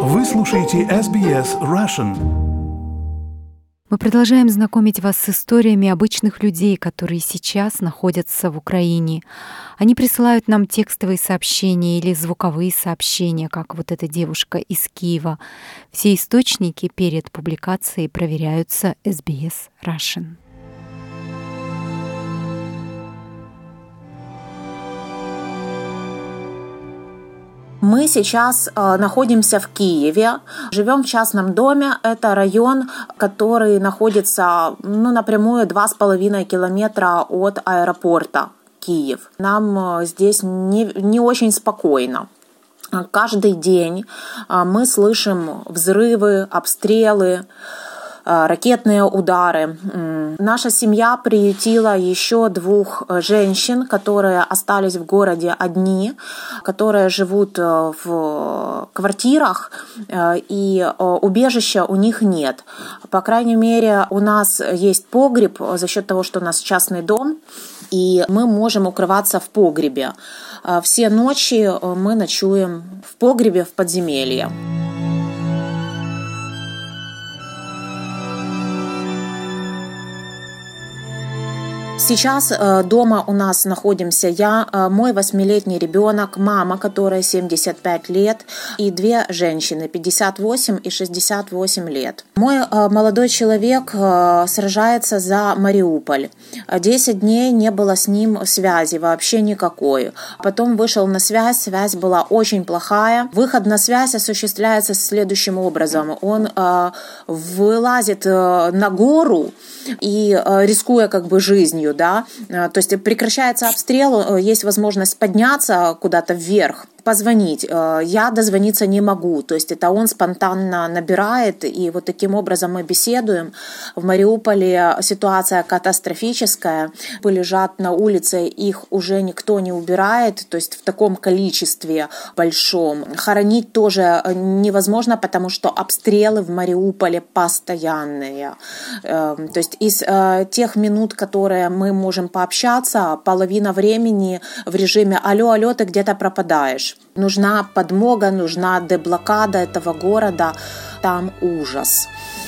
Вы слушаете SBS Russian. Мы продолжаем знакомить вас с историями обычных людей, которые сейчас находятся в Украине. Они присылают нам текстовые сообщения или звуковые сообщения, как вот эта девушка из Киева. Все источники перед публикацией проверяются SBS Russian. Мы сейчас находимся в Киеве, живем в частном доме. Это район, который находится напрямую 2,5 километра от аэропорта Киев. Нам здесь не очень спокойно. Каждый день мы слышим взрывы, обстрелы, ракетные удары. Наша семья приютила еще 2 женщин, которые остались в городе одни, которые живут в квартирах, и убежища у них нет. По крайней мере, у нас есть погреб за счет того, что у нас частный дом, и мы можем укрываться в погребе. Все ночи мы ночуем в погребе в подземелье. Сейчас дома у нас находимся я, мой 8-летний ребенок, мама, которая 75 лет, и 2 женщины, 58 и 68 лет. Мой молодой человек сражается за Мариуполь. 10 дней не было с ним связи, вообще никакой. Потом вышел на связь, связь была очень плохая. Выход на связь осуществляется следующим образом. Он вылазит на гору и, рискуя жизнью, то есть прекращается обстрел, есть возможность подняться куда-то вверх, позвонить. Я дозвониться не могу, то есть это он спонтанно набирает, и вот таким образом мы беседуем. В Мариуполе ситуация катастрофическая. Лежат на улице, их уже никто не убирает, то есть в таком количестве большом. Хоронить тоже невозможно, потому что обстрелы в Мариуполе постоянные. То есть из тех минут, которые мы можем пообщаться, половина времени в режиме «Алло, ты где-то пропадаешь». Нужна подмога, нужна деблокада этого города. Там ужас.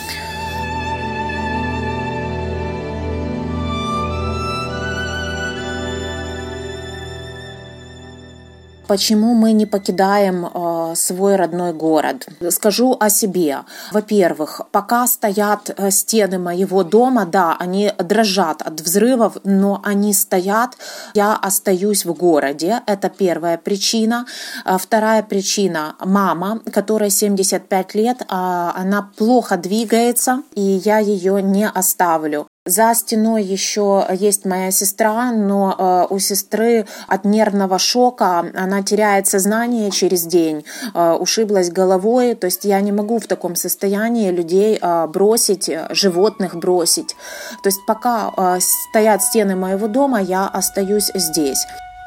Почему мы не покидаем свой родной город? Скажу о себе. Во-первых, пока стоят стены моего дома, да, они дрожат от взрывов, но они стоят, я остаюсь в городе. Это первая причина. Вторая причина – мама, которой 75 лет, она плохо двигается, и я ее не оставлю. За стеной еще есть моя сестра, но у сестры от нервного шока она теряет сознание через день, ушиблась головой, то есть я не могу в таком состоянии людей бросить, животных бросить. То есть пока стоят стены моего дома, я остаюсь здесь.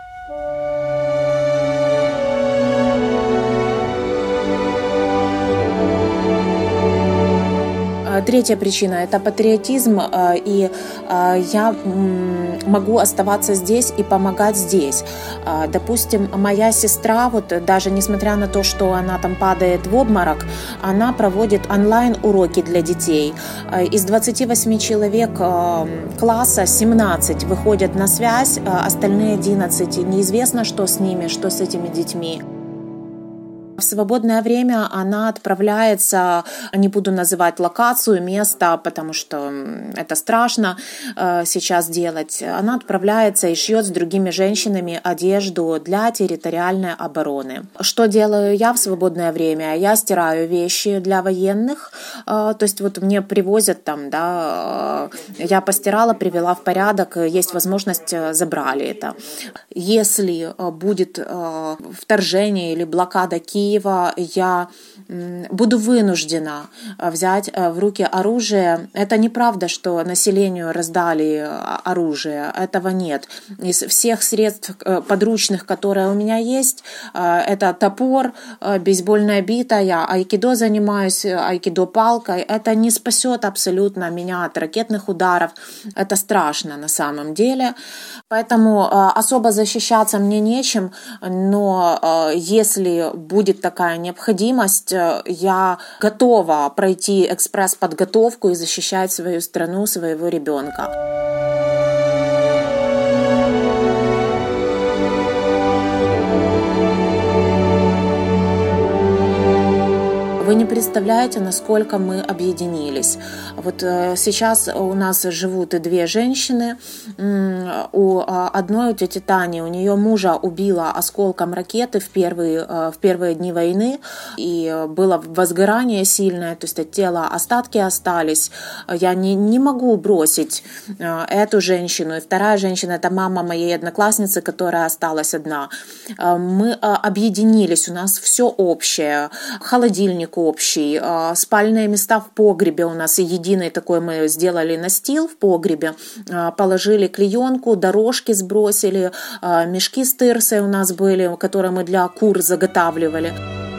Третья причина – это патриотизм, и я могу оставаться здесь и помогать здесь. Допустим, моя сестра, даже несмотря на то, что она там падает в обморок, она проводит онлайн-уроки для детей. Из 28 человек класса 17 выходят на связь, остальные 11 неизвестно, что с ними, что с этими детьми. В свободное время она отправляется, не буду называть локацию, место, потому что это страшно сейчас делать. Она отправляется и шьет с другими женщинами одежду для территориальной обороны. Что делаю я в свободное время? Я стираю вещи для военных. То есть мне привозят я постирала, привела в порядок, есть возможность, забрали это. Если будет вторжение или блокада Киева, я буду вынуждена взять в руки оружие. Это неправда, что населению раздали оружие. Этого нет. Из всех средств подручных, которые у меня есть, это топор, бейсбольная бита, я айкидо занимаюсь, айкидо-палкой. Это не спасет абсолютно меня от ракетных ударов. Это страшно на самом деле. Поэтому особо защищаться мне нечем, но если будет будет такая необходимость, я готова пройти экспресс-подготовку и защищать свою страну, своего ребенка. Вы не представляете, насколько мы объединились. Вот сейчас у нас живут 2 женщины. У одной, у тети Тани, у нее мужа убило осколком ракеты в первые дни войны. И было возгорание сильное, то есть от тела остатки остались. Я не могу бросить эту женщину. И вторая женщина, это мама моей одноклассницы, которая осталась одна. Мы объединились, у нас все общее. Холодильник общий, спальные места в погребе у нас единый такой, мы сделали настил в погребе, положили клеенку, дорожки сбросили, мешки с тырсой у нас были, которые мы для кур заготавливали.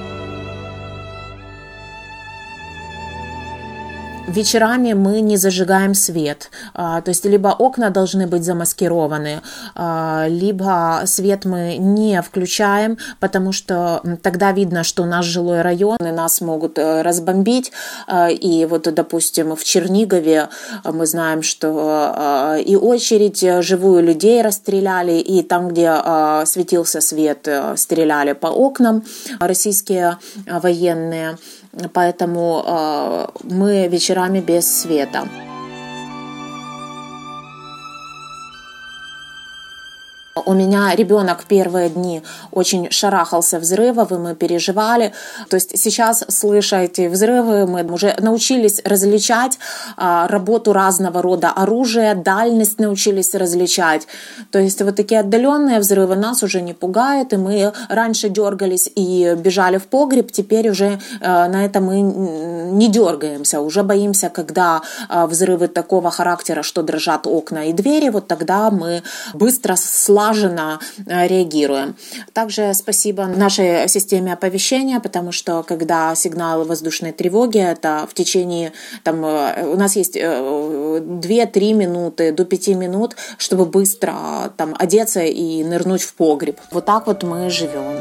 Вечерами мы не зажигаем свет, то есть либо окна должны быть замаскированы, либо свет мы не включаем, потому что тогда видно, что наш жилой район, и нас могут разбомбить. И вот, допустим, в Чернигове мы знаем, что и очередь живую людей расстреляли, и там, где светился свет, стреляли по окнам российские военные. Поэтому мы вечерами без света. У меня ребенок первые дни очень шарахался взрывов, и мы переживали. То есть сейчас, слыша эти взрывы, мы уже научились различать работу разного рода оружия, дальность научились различать. То есть вот такие отдаленные взрывы нас уже не пугают, и мы раньше дергались и бежали в погреб, теперь уже на это мы не дергаемся, уже боимся, когда взрывы такого характера, что дрожат окна и двери, вот тогда мы быстро слаженно реагируем. Также спасибо нашей системе оповещения, потому что когда сигнал воздушной тревоги, это в течение, у нас есть 2-3 минуты до 5 минут, чтобы быстро одеться и нырнуть в погреб. Вот так вот мы живем.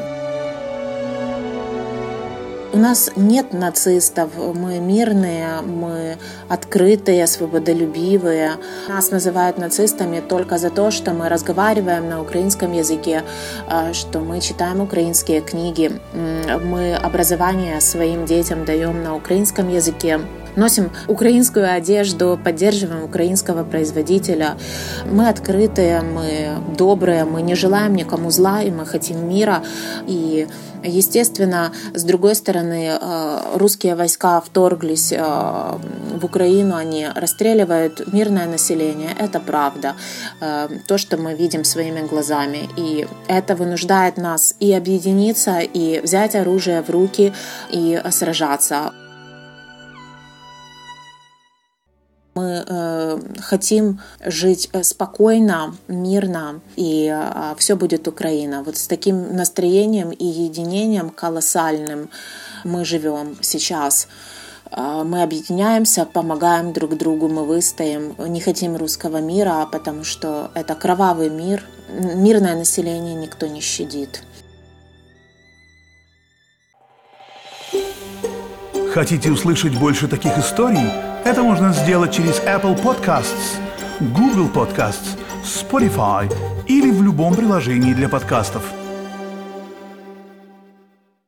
У нас нет нацистов, мы мирные, мы открытые, свободолюбивые. Нас называют нацистами только за то, что мы разговариваем на украинском языке, что мы читаем украинские книги, мы образование своим детям даем на украинском языке. Носим украинскую одежду, поддерживаем украинского производителя. Мы открытые, мы добрые, мы не желаем никому зла, и мы хотим мира. И, естественно, с другой стороны, русские войска вторглись в Украину, они расстреливают мирное население. Это правда. То, что мы видим своими глазами. И это вынуждает нас и объединиться, и взять оружие в руки, и сражаться. Мы хотим жить спокойно, мирно, и все будет Украина. Вот с таким настроением и единением колоссальным мы живем сейчас. Мы объединяемся, помогаем друг другу, мы выстоим. Не хотим русского мира, потому что это кровавый мир. Мирное население никто не щадит. Хотите услышать больше таких историй? Это можно сделать через Apple Podcasts, Google Podcasts, Spotify или в любом приложении для подкастов.